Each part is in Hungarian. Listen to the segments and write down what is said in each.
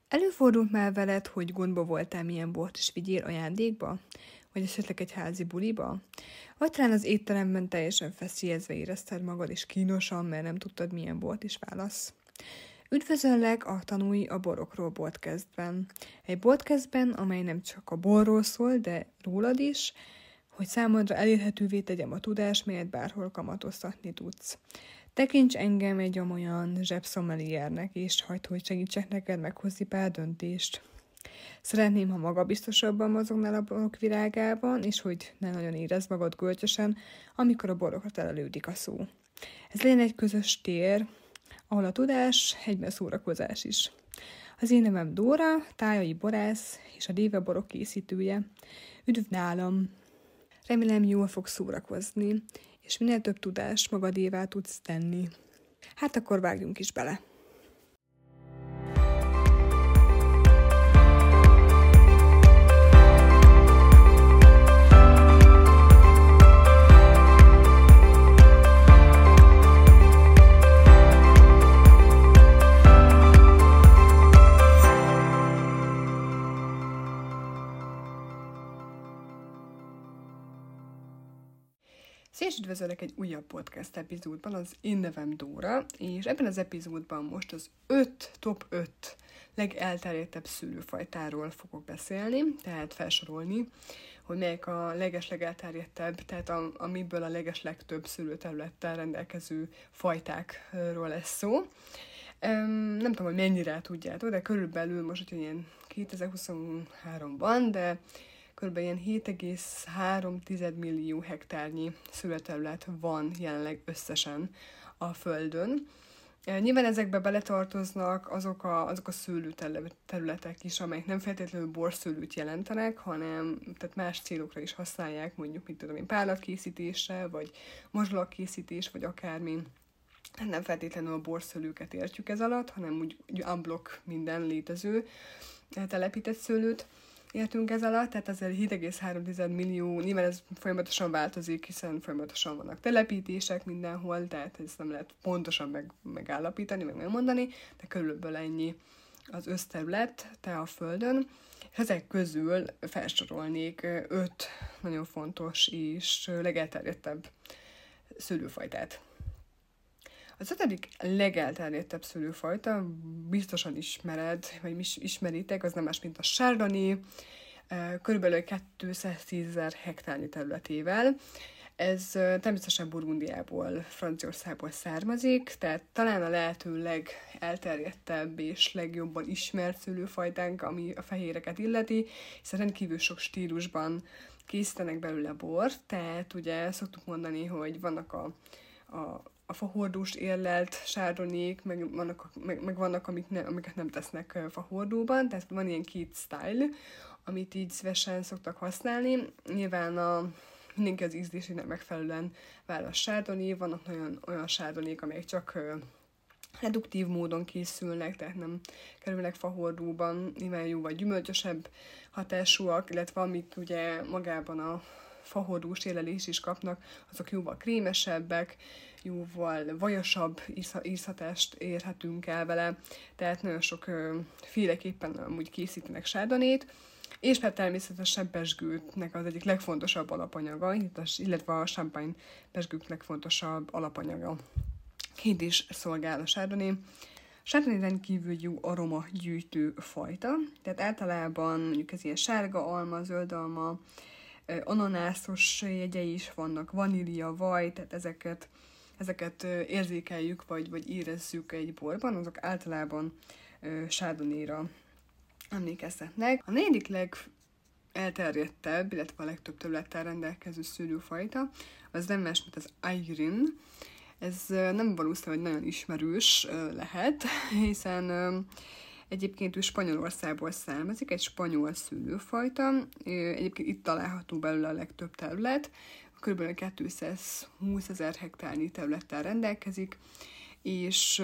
Előfordult már veled, hogy gondba voltál, milyen bort is vigyél ajándékba? Vagy esetleg egy házi buliba? Vagy talán az étteremben teljesen feszélyezve érezted magad, és kínosan, mert nem tudtad, milyen bort is válasz. Üdvözöllek a Tanulj a borokról podcastben. Egy podcastben, amely nem csak a borról szól, de rólad is, hogy számodra elérhetővé tegyem a tudást, melyet bárhol kamatoztatni tudsz. Tekints engem egy olyan zsebszommeliernek, és hagyd, hogy segítsek neked meghozni pár döntést. Szeretném, ha magabiztosabban mozognál a borok virágában, és hogy ne nagyon érezd magad gölcsösen, amikor a borokra terelődik a szó. Ez legyen egy közös tér, ahol a tudás egyben szórakozás is. Az én nevem Dóra, tájai borász és a Déve borok készítője. Üdv nálam! Remélem, jól fogsz szórakozni, és minél több tudást magadévá tudsz tenni. Hát akkor vágjunk is bele! Szia, üdvözöllek egy újabb podcast epizódban, az én nevem Dóra, és ebben az epizódban most az top 5 legelterjedtebb szőlőfajtáról fogok beszélni, tehát felsorolni, hogy melyek a legelterjedtebb, tehát amiből a legtöbb szőlőterülettel rendelkező fajtákról lesz szó. Nem tudom, hogy mennyire tudjátok, de körülbelül most, hogy ilyen 2023-ban, de kb. Ilyen 7,3 millió hektárnyi szőlőterület van jelenleg összesen a Földön. Nyilván ezekbe beletartoznak azok a szőlőterületek is, amelyek nem feltétlenül borszőlőt jelentenek, hanem tehát más célokra is használják, mondjuk, mint tudom én, párlatkészítésre, vagy mazsolakkészítés, vagy akármi. Nem feltétlenül a borszőlőket értjük ez alatt, hanem úgy unblock minden létező telepített szőlőt értünk ez alatt, tehát azért 7,3 millió, nyilván ez folyamatosan változik, hiszen folyamatosan vannak telepítések mindenhol, tehát ezt nem lehet pontosan megállapítani, meg megmondani, de körülbelül ennyi az összterület a Földön. Ezek közül felsorolnék 5 nagyon fontos és legelterjedtebb szőlőfajtát. Az 5. legelterjedtebb szőlőfajta, biztosan ismered, vagy ismeritek, az nem más, mint a Chardonnay, körülbelül 210 000 hektárnyi területével. Ez természetesen Burgundiából, Franciaországból származik, tehát talán a lehető legelterjedtebb és legjobban ismert szőlőfajtánk, ami a fehéreket illeti, hiszen rendkívül sok stílusban készítenek belőle bort, tehát ugye szoktuk mondani, hogy vannak a fahordós érlelt sárdonyék, meg vannak amiket nem tesznek fahordóban, tehát van ilyen 2 style, amit így szívesen szoktak használni. Nyilván mindenki az ízlésének megfelelően választ sárdonyé, vannak olyan sárdonyék, amelyek csak reduktív módon készülnek, tehát nem kerülnek fahordóban, nyilván jóval gyümölcsösebb hatásúak, illetve amik ugye magában a fahordós érlelés is kapnak, azok jóval krémesebbek, jóval vajasabb ízhatást érhetünk el vele, tehát nagyon sok féleképpen amúgy készítenek sárdonét, és hát természetesen pezsgőnek az egyik legfontosabb alapanyaga, illetve a champagne pezsgők legfontosabb alapanyaga. Ként is szolgál a chardonnay. Chardonnay rendkívül jó aromagyűjtő fajta, tehát általában mondjuk ez ilyen sárga alma, zöld alma, ananászos jegyei is vannak, vanília, vaj, tehát ezeket érzékeljük, vagy érezzük egy borban, azok általában Chardonnayra emlékeztetnek. A 4. legelterjedtebb, illetve a legtöbb területtel rendelkező szőlőfajta, az nem más, mint az Ayrin. Ez nem valószínű, hogy nagyon ismerős lehet, hiszen egyébként ő Spanyolországból származik, egy spanyol szőlőfajta. Egyébként itt található belőle a legtöbb terület, kb. 220 000 hektárnyi területtel rendelkezik, és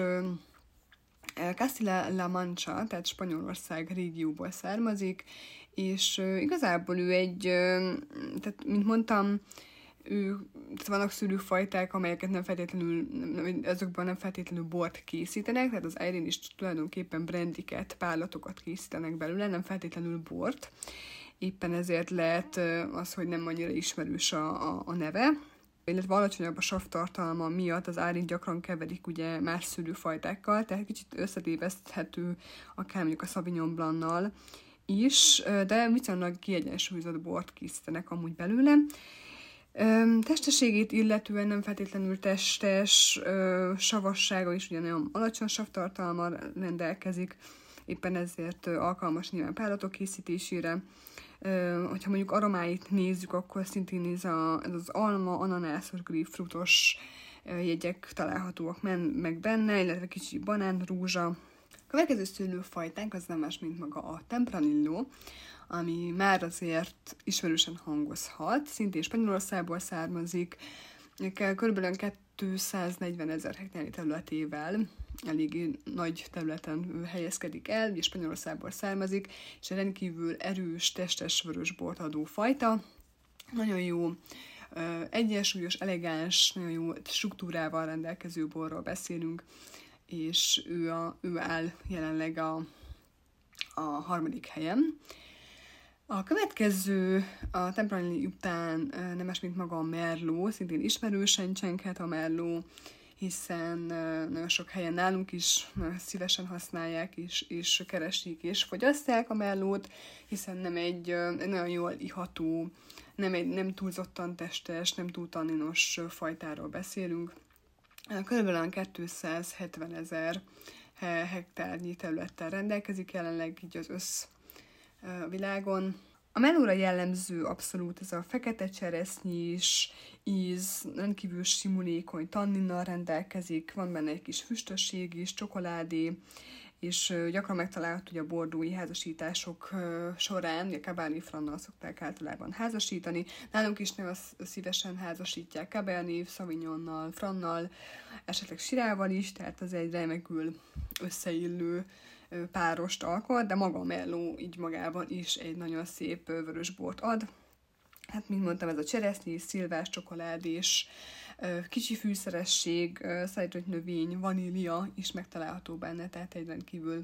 Castilla-La Mancha, tehát Spanyolország régióból származik, és igazából ő tehát mint mondtam, tehát vannak szőlőfajták, amelyeket azokban nem feltétlenül bort készítenek, tehát az Irene is tulajdonképpen brandiket, párlatokat készítenek belőle, nem feltétlenül bort. Éppen ezért lehet az, hogy nem annyira ismerős a neve, illetve alacsonyabb a savtartalma miatt az Irene gyakran keverik ugye más szőlőfajtákkal, tehát kicsit összetéveszthető akár mondjuk a Sauvignon Blanc-nal is, de viszonylag kiegyensúlyozott bort készítenek amúgy belőle. Testességét illetően nem feltétlenül testes, savassága is ugyanolyan alacsony savtartalma rendelkezik, éppen ezért alkalmas nyilván párlatok készítésére. Hogyha mondjuk aromáit nézzük, akkor szintén ez az alma, ananászos, grapefruitos jegyek találhatóak meg benne, illetve kicsi banán, rózsa. A következő szőlőfajtánk az nem más, mint maga a Tempranillo, ami már azért ismerősen hangozhat, szintén Spanyolországból származik, kb. 240 000 hektárnyi területével eléggé nagy területen helyezkedik el, és Spanyolországból származik, és rendkívül erős, testes vörösbort adó fajta. Nagyon jó, egyensúlyos, elegáns, nagyon jó struktúrával rendelkező borról beszélünk, és ő áll jelenleg a harmadik helyen. A következő, a Tempranillo után nem más, mint maga a Merlot, szintén ismerősen csenghet a Merlot, hiszen nagyon sok helyen nálunk is szívesen használják, és keresik, és fogyasztják a Merlotot, hiszen nem egy nagyon jól iható, nem túlzottan testes, nem túl tanninos fajtáról beszélünk. Körülbelül 270 000 hektárnyi területtel rendelkezik jelenleg így az világon. A Merlotra jellemző abszolút ez a fekete cseresznyés íz, rendkívül simulékony tanninnal rendelkezik, van benne egy kis füstösség is, csokoládé, és gyakran megtalálható ugye a bordói házasítások során, ugye Cabernet Franc-nal szokták általában házasítani. Nálunk is nagyon szívesen házasítják Cabernet Sauvignonnal, Francnal, esetleg Syrahval is, tehát az egy remekül összeillő párost alkot, de maga a Merlot így magában is egy nagyon szép vörösbort ad. Hát, mint mondtam, ez a cseresznyés, szilvás, csokoládés, kicsi fűszeresség, szállított növény, vanília is megtalálható benne, tehát egy rendkívül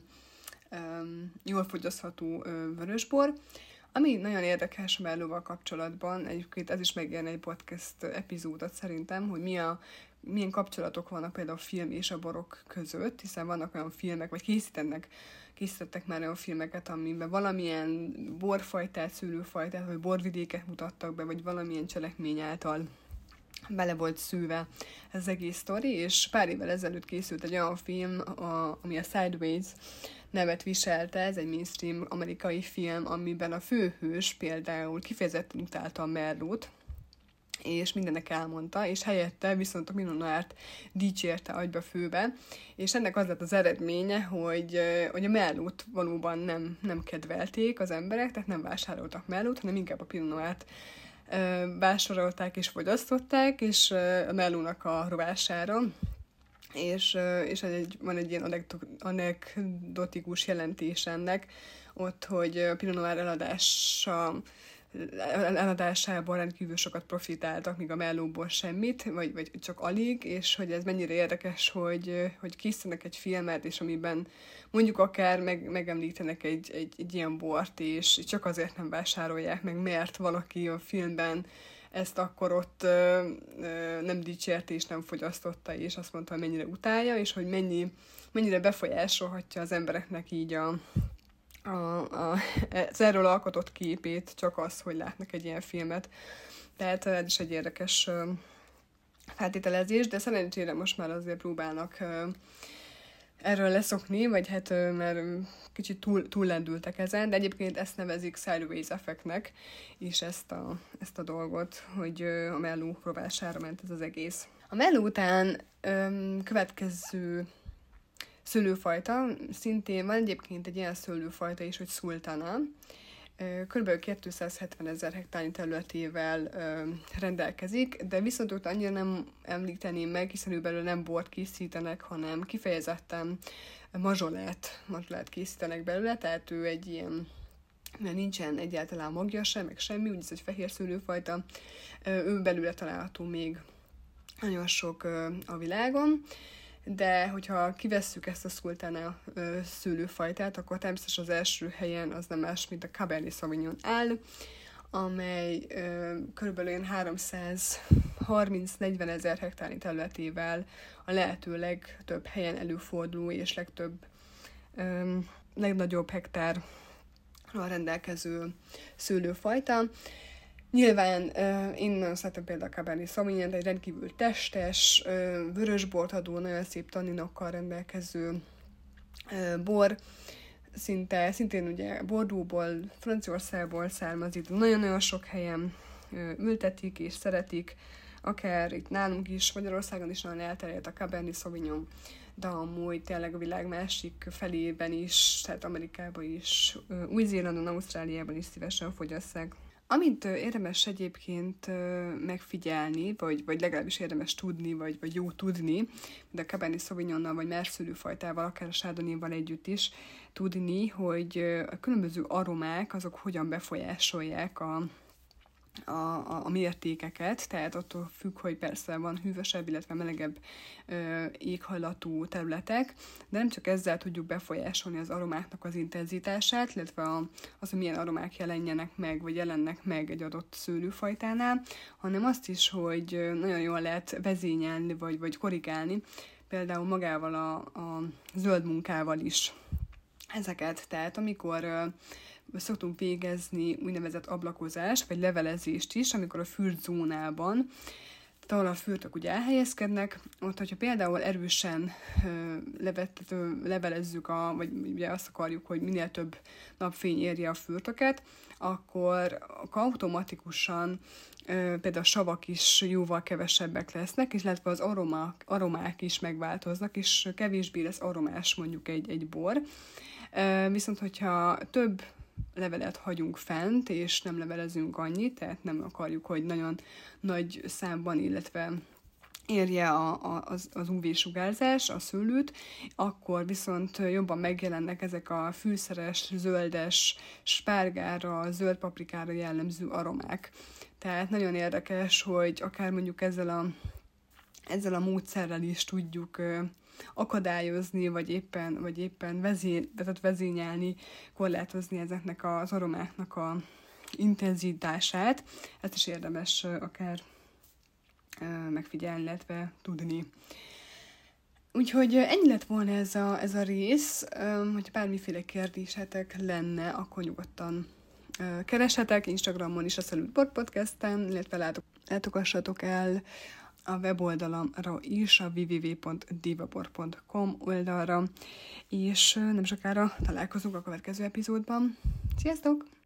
jól fogyasztható vörösbor. Ami nagyon érdekes a Merlotval kapcsolatban, egyébként ez is megjelent egy podcast epizódot szerintem, hogy milyen kapcsolatok vannak például a film és a borok között, hiszen vannak olyan filmek, vagy készítettek már olyan filmeket, amiben valamilyen borfajtát, szőlőfajtát, vagy borvidéket mutattak be, vagy valamilyen cselekmény által bele volt szűve ez az egész sztori, és pár évvel ezelőtt készült egy olyan film, ami a Sideways nevet viselte, ez egy mainstream amerikai film, amiben a főhős például kifejezetten utálta a Merlotot, és mindennek elmondta, és helyette viszont a Pinot Noirt dicsérte agyba főbe, és ennek az lett az eredménye, hogy a Merlotot valóban nem kedvelték az emberek, tehát nem vásároltak Merlotot, hanem inkább a Pinot Noirt vásárolták és fogyasztották, és a Merlotnak a rovására, és van egy ilyen anekdotikus jelentés ennek, ott, hogy a Pinot Noir eladásából rendkívül sokat profitáltak, míg a Merlotból semmit, vagy csak alig, és hogy ez mennyire érdekes, hogy készítenek egy filmet, és amiben mondjuk akár megemlítenek egy ilyen bort, és csak azért nem vásárolják meg, mert valaki a filmben ezt akkor ott nem dicsérte és nem fogyasztotta, és azt mondta, hogy mennyire utálja, és hogy mennyire befolyásolhatja az embereknek így az erről alkotott képét, csak az, hogy látnak egy ilyen filmet. Tehát ez is egy érdekes feltételezés, de szerencsére most már azért próbálnak erről leszokni, vagy hát már kicsit túllendültek ezen, de egyébként ezt nevezik sideways effektnek, és ezt a dolgot, hogy a Merlot rovására ment ez az egész. A Merlot után következő szőlőfajta, szintén van egyébként egy ilyen szőlőfajta is, hogy Sultana. Kb. 270 000 hektárnyi területével rendelkezik, de viszont ott annyira nem említeném meg, hiszen ő belőle nem bort készítenek, hanem kifejezetten mazsolát készítenek belőle, tehát ő egy ilyen mert nincsen egyáltalán magja sem, meg semmi, úgyhogy ez egy fehér szőlőfajta. Ő belőle található még nagyon sok a világon, de hogyha kivesszük ezt a Sultana szőlőfajtát, akkor természetesen az első helyen az nem más, mint a Cabernet Sauvignon áll, amely körülbelül 330-40 ezer hektárnyi területével a lehető legtöbb helyen előforduló és legnagyobb hektárral rendelkező szőlőfajta. Nyilván én nagyon szeretem például a Cabernet Sauvignon, egy rendkívül testes, vörösbort adó, nagyon szép tanninokkal rendelkező bor, szintén ugye Bordeauxból, Franciaországból származik, nagyon-nagyon sok helyen ültetik és szeretik, akár itt nálunk is, Magyarországon is nagyon elterjedt a Cabernet Sauvignon, de amúgy tényleg a világ másik felében is, tehát Amerikában is, Új-Zélandon, Ausztráliában is szívesen fogyasszák. Amit érdemes egyébként megfigyelni, vagy legalábbis érdemes tudni, vagy jó tudni, de a Cabernet Sauvignonnal, vagy más szőlőfajtával, akár a Chardonnayval együtt is tudni, hogy a különböző aromák, azok hogyan befolyásolják a mértékeket, tehát attól függ, hogy persze van hűvösebb, illetve melegebb éghajlatú területek, de nem csak ezzel tudjuk befolyásolni az aromáknak az intenzitását, illetve az, hogy milyen aromák jelenjenek meg, vagy jelennek meg egy adott szőlőfajtánál, hanem azt is, hogy nagyon jól lehet vezényelni, vagy korrigálni, például magával a zöld munkával is ezeket. Tehát amikor szoktunk végezni úgynevezett ablakozást, vagy levelezést is, amikor a fürtzónában, ahol a fürtök ugye elhelyezkednek, ott, hogyha például erősen levelezzük, vagy ugye azt akarjuk, hogy minél több napfény érje a fürtöket, akkor automatikusan például a savak is jóval kevesebbek lesznek, illetve az aromák is megváltoznak, és kevésbé lesz aromás mondjuk egy bor. Viszont, hogyha több levelet hagyunk fent, és nem levelezünk annyit, tehát nem akarjuk, hogy nagyon nagy számban, illetve érje az UV-sugárzás, a szőlőt, akkor viszont jobban megjelennek ezek a fűszeres, zöldes, spárgára, zöld paprikára jellemző aromák. Tehát nagyon érdekes, hogy akár mondjuk ezzel a módszerrel is tudjuk akadályozni, vagy éppen vezényelni, korlátozni ezeknek az aromáknak a intenzitását. Ezt is érdemes akár megfigyelni, illetve tudni. Úgyhogy ennyi lett volna ez a rész. Hogyha bármiféle kérdésetek lenne, akkor nyugodtan kereshetek Instagramon is, a Salute Podcasten, illetve látogassatok el a weboldalamra is, a www.divabor.com oldalra, és nem sokára találkozunk a következő epizódban. Sziasztok!